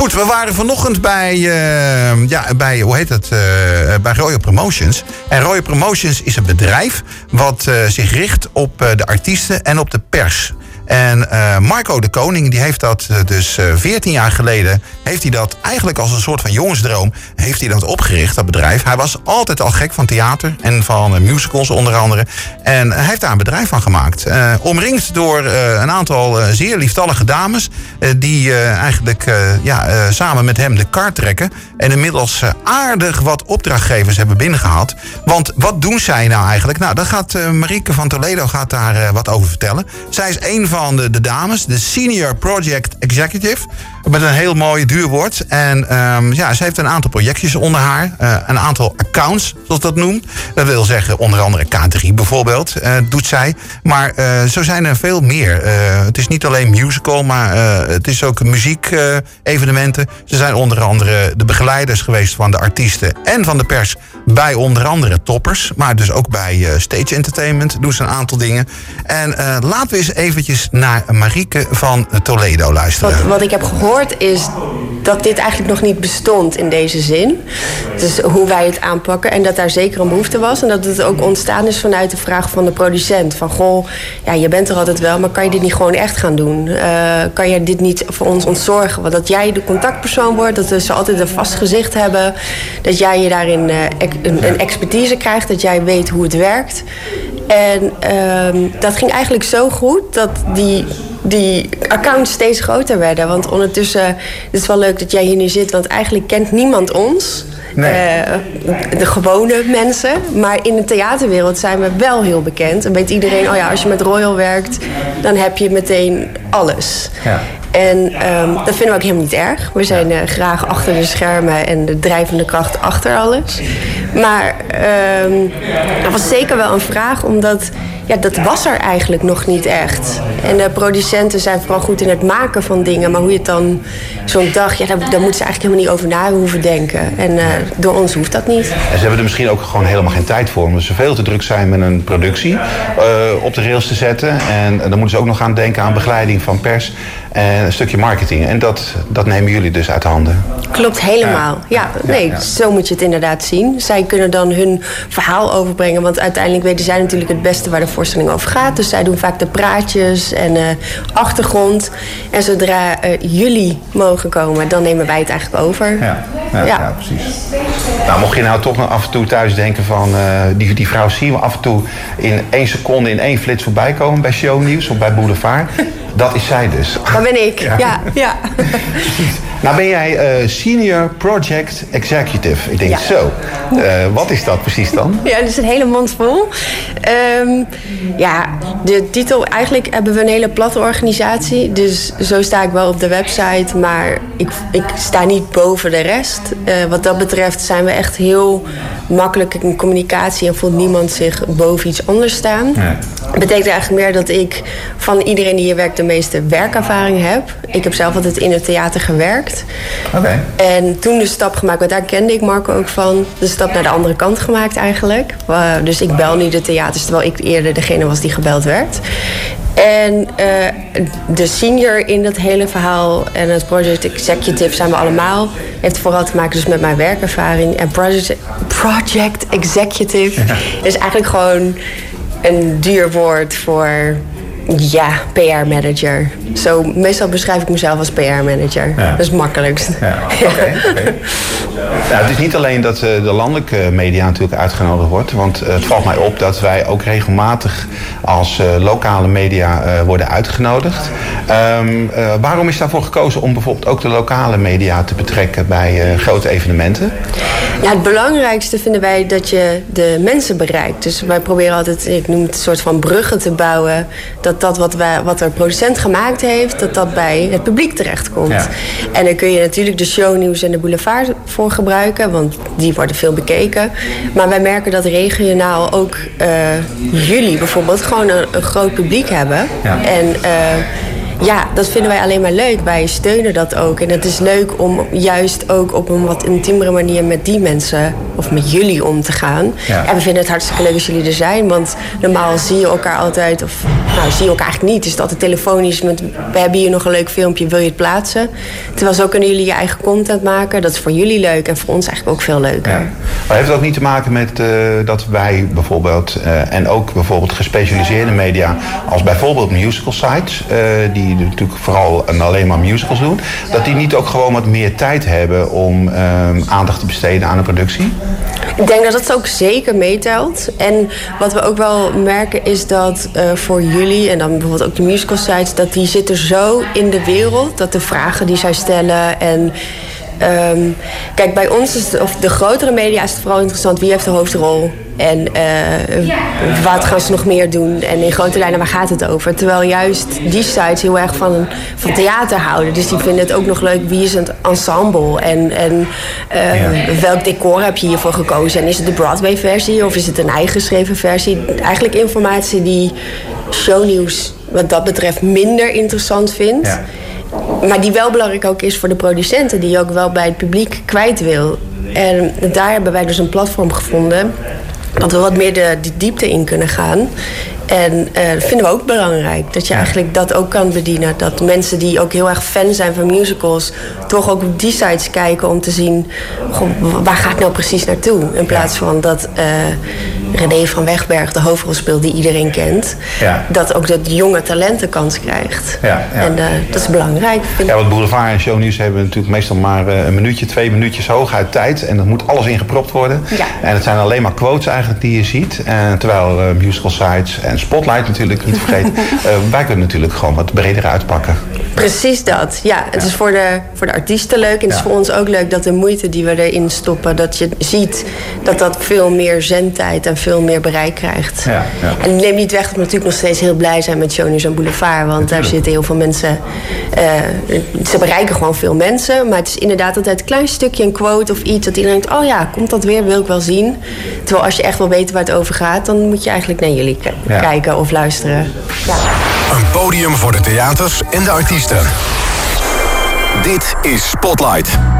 Goed, we waren vanochtend bij hoe heet het? Bij Royal Promotions. En Royal Promotions is een bedrijf wat zich richt op de artiesten en op de pers. En Marco de Koning, die heeft dat dus 14 jaar geleden... heeft hij dat eigenlijk als een soort van jongensdroom... heeft hij dat opgericht, dat bedrijf. Hij was altijd al gek van theater en van musicals onder andere. En hij heeft daar een bedrijf van gemaakt. Omringd door een aantal zeer lieftallige dames... die eigenlijk samen met hem de kar trekken... en inmiddels aardig wat opdrachtgevers hebben binnengehaald. Want wat doen zij nou eigenlijk? Nou, daar gaat Marieke van Toledo daar wat over vertellen. Zij is een van de dames, de Senior Project Executive... met een heel mooi duur woord. En ze heeft een aantal projectjes onder haar. Een aantal accounts, zoals dat noemt. Dat wil zeggen onder andere K3 bijvoorbeeld, doet zij. Maar zo zijn er veel meer. Het is niet alleen musical, maar het is ook muziek-evenementen. Ze zijn onder andere de begeleiders geweest van de artiesten en van de pers... bij onder andere Toppers, maar dus ook bij Stage Entertainment doen ze een aantal dingen. En laten we eens eventjes naar Marieke van Toledo luisteren. Wat ik heb gehoord is dat dit eigenlijk nog niet bestond in deze zin. Dus hoe wij het aanpakken en dat daar zeker een behoefte was. En dat het ook ontstaan is vanuit de vraag van de producent. Van goh, ja, je bent er altijd wel, maar kan je dit niet gewoon echt gaan doen? Kan je dit niet voor ons ontzorgen? Want dat jij de contactpersoon wordt, dat we ze altijd een vast gezicht hebben. Dat jij je daarin een expertise krijgt, dat jij weet hoe het werkt. En dat ging eigenlijk zo goed dat die accounts steeds groter werden. Want ondertussen, het is wel leuk dat jij hier nu zit... want eigenlijk kent niemand ons, de gewone mensen. Maar in de theaterwereld zijn we wel heel bekend. En weet iedereen, oh ja, als je met Royal werkt... dan heb je meteen alles. Ja. En dat vinden we ook helemaal niet erg. We zijn graag achter de schermen en de drijvende kracht achter alles. Maar dat was zeker wel een vraag, omdat... ja, dat was er eigenlijk nog niet echt. En de producenten zijn vooral goed in het maken van dingen. Maar hoe je het dan zo'n dag... ja, daar moeten ze eigenlijk helemaal niet over na hoeven denken. En door ons hoeft dat niet. En ze hebben er misschien ook gewoon helemaal geen tijd voor. Omdat ze veel te druk zijn met een productie op de rails te zetten. En dan moeten ze ook nog gaan denken aan begeleiding van pers... en een stukje marketing. En dat nemen jullie dus uit handen. Klopt, helemaal. Zo moet je het inderdaad zien. Zij kunnen dan hun verhaal overbrengen. Want uiteindelijk weten zij natuurlijk het beste waar de voorstelling over gaat. Dus zij doen vaak de praatjes en achtergrond. En zodra jullie mogen komen, dan nemen wij het eigenlijk over. Ja, precies. Nou, mocht je nou toch nog af en toe thuis denken van... die vrouw zien we af en toe in 1 seconde in 1 flits voorbij komen... bij Shownieuws of bij Boulevard. Dat is zij dus. Dat ben ik, ja. Nou ben jij Senior Project Executive. Ik denk zo. Wat is dat precies dan? Ja, dat is een hele mond vol. De titel... Eigenlijk hebben we een hele platte organisatie. Dus zo sta ik wel op de website. Maar ik sta niet boven de rest. Wat dat betreft zijn we echt heel makkelijk in communicatie... en voelt niemand zich boven iets anders staan. Ja. Dat betekent eigenlijk meer dat ik van iedereen die hier werkt... de meeste werkervaring heb. Ik heb zelf altijd in het theater gewerkt. Okay. En toen de stap gemaakt, want daar kende ik Marco ook van... de stap naar de andere kant gemaakt eigenlijk. Dus ik bel nu de theaters, terwijl ik eerder degene was die gebeld werd. En de senior in dat hele verhaal en het project executive zijn we allemaal. Heeft vooral te maken dus met mijn werkervaring. En project executive is eigenlijk gewoon een duur woord voor... ja, PR-manager. Zo, meestal beschrijf ik mezelf als PR-manager. Ja. Dat is het makkelijkst. Ja, okay. Nou, het is niet alleen dat de landelijke media natuurlijk uitgenodigd wordt. Want het valt mij op dat wij ook regelmatig als lokale media worden uitgenodigd. Waarom is daarvoor gekozen om bijvoorbeeld ook de lokale media te betrekken bij grote evenementen? Ja, het belangrijkste vinden wij dat je de mensen bereikt. Dus wij proberen altijd, ik noem het een soort van bruggen te bouwen. Dat wat de producent gemaakt heeft, dat bij het publiek terechtkomt. Ja. En dan kun je natuurlijk de Shownieuws en de Boulevard voor gebruiken, want die worden veel bekeken. Maar wij merken dat regionaal ook jullie bijvoorbeeld gewoon een groot publiek hebben. Ja. En dat vinden wij alleen maar leuk. Wij steunen dat ook. En het is leuk om juist ook op een wat intiemere manier met die mensen of met jullie om te gaan. Ja. En we vinden het hartstikke leuk als jullie er zijn. Want normaal zie je elkaar altijd of nou, zie je elkaar eigenlijk niet. Is het altijd telefonisch met, we hebben hier nog een leuk filmpje, wil je het plaatsen? Terwijl zo kunnen jullie je eigen content maken. Dat is voor jullie leuk en voor ons eigenlijk ook veel leuker. Ja. Maar heeft het ook niet te maken met dat wij bijvoorbeeld, en ook bijvoorbeeld gespecialiseerde media, als bijvoorbeeld musical sites, die natuurlijk vooral en alleen maar musicals doen, dat die niet ook gewoon wat meer tijd hebben om aandacht te besteden aan een productie? Ik denk dat dat ook zeker meetelt. En wat we ook wel merken is dat voor jullie, en dan bijvoorbeeld ook de musical sites, dat die zitten zo in de wereld, dat de vragen die zij stellen en kijk, bij ons is of de grotere media is het vooral interessant wie heeft de hoofdrol en wat gaan ze nog meer doen en in grote lijnen waar gaat het over. Terwijl juist die sites heel erg van theater houden. Dus die vinden het ook nog leuk wie is het ensemble en welk decor heb je hiervoor gekozen. En is het de Broadway versie of is het een eigen geschreven versie? Eigenlijk informatie die shownieuws wat dat betreft minder interessant vindt. Ja. Maar die wel belangrijk ook is voor de producenten, die je ook wel bij het publiek kwijt wil. En daar hebben wij dus een platform gevonden dat we wat meer de diepte in kunnen gaan. En dat vinden we ook belangrijk. Dat je eigenlijk dat ook kan bedienen. Dat mensen die ook heel erg fan zijn van musicals toch ook op die sites kijken om te zien, goh, waar gaat het nou precies naartoe? In plaats van dat René van Wegberg de hoofdrol speelt die iedereen kent. Ja. Dat ook de jonge talenten kans krijgt. Ja, ja. En dat is belangrijk. Ja, want Boulevard en Shownieuws hebben natuurlijk meestal maar een minuutje, 2 minuutjes hooguit tijd. En er moet alles ingepropt worden. Ja. En het zijn alleen maar quotes eigenlijk die je ziet. Terwijl musical sites en Spotlight natuurlijk, niet vergeten. Wij kunnen natuurlijk gewoon wat breder uitpakken. Precies dat. Ja, het is voor de artiesten leuk. En het is voor ons ook leuk dat de moeite die we erin stoppen, dat je ziet dat veel meer zendtijd en veel meer bereik krijgt. Ja, ja. En neem niet weg dat we natuurlijk nog steeds heel blij zijn met Shownieuws en Boulevard. Want daar zitten heel veel mensen. Ze bereiken gewoon veel mensen. Maar het is inderdaad altijd een klein stukje, een quote of iets dat iedereen denkt, oh ja, komt dat weer, wil ik wel zien. Terwijl als je echt wil weten waar het over gaat, dan moet je eigenlijk naar jullie kijken of luisteren. Ja. Een podium voor de theaters en de artiesten. Dit is Spotlight.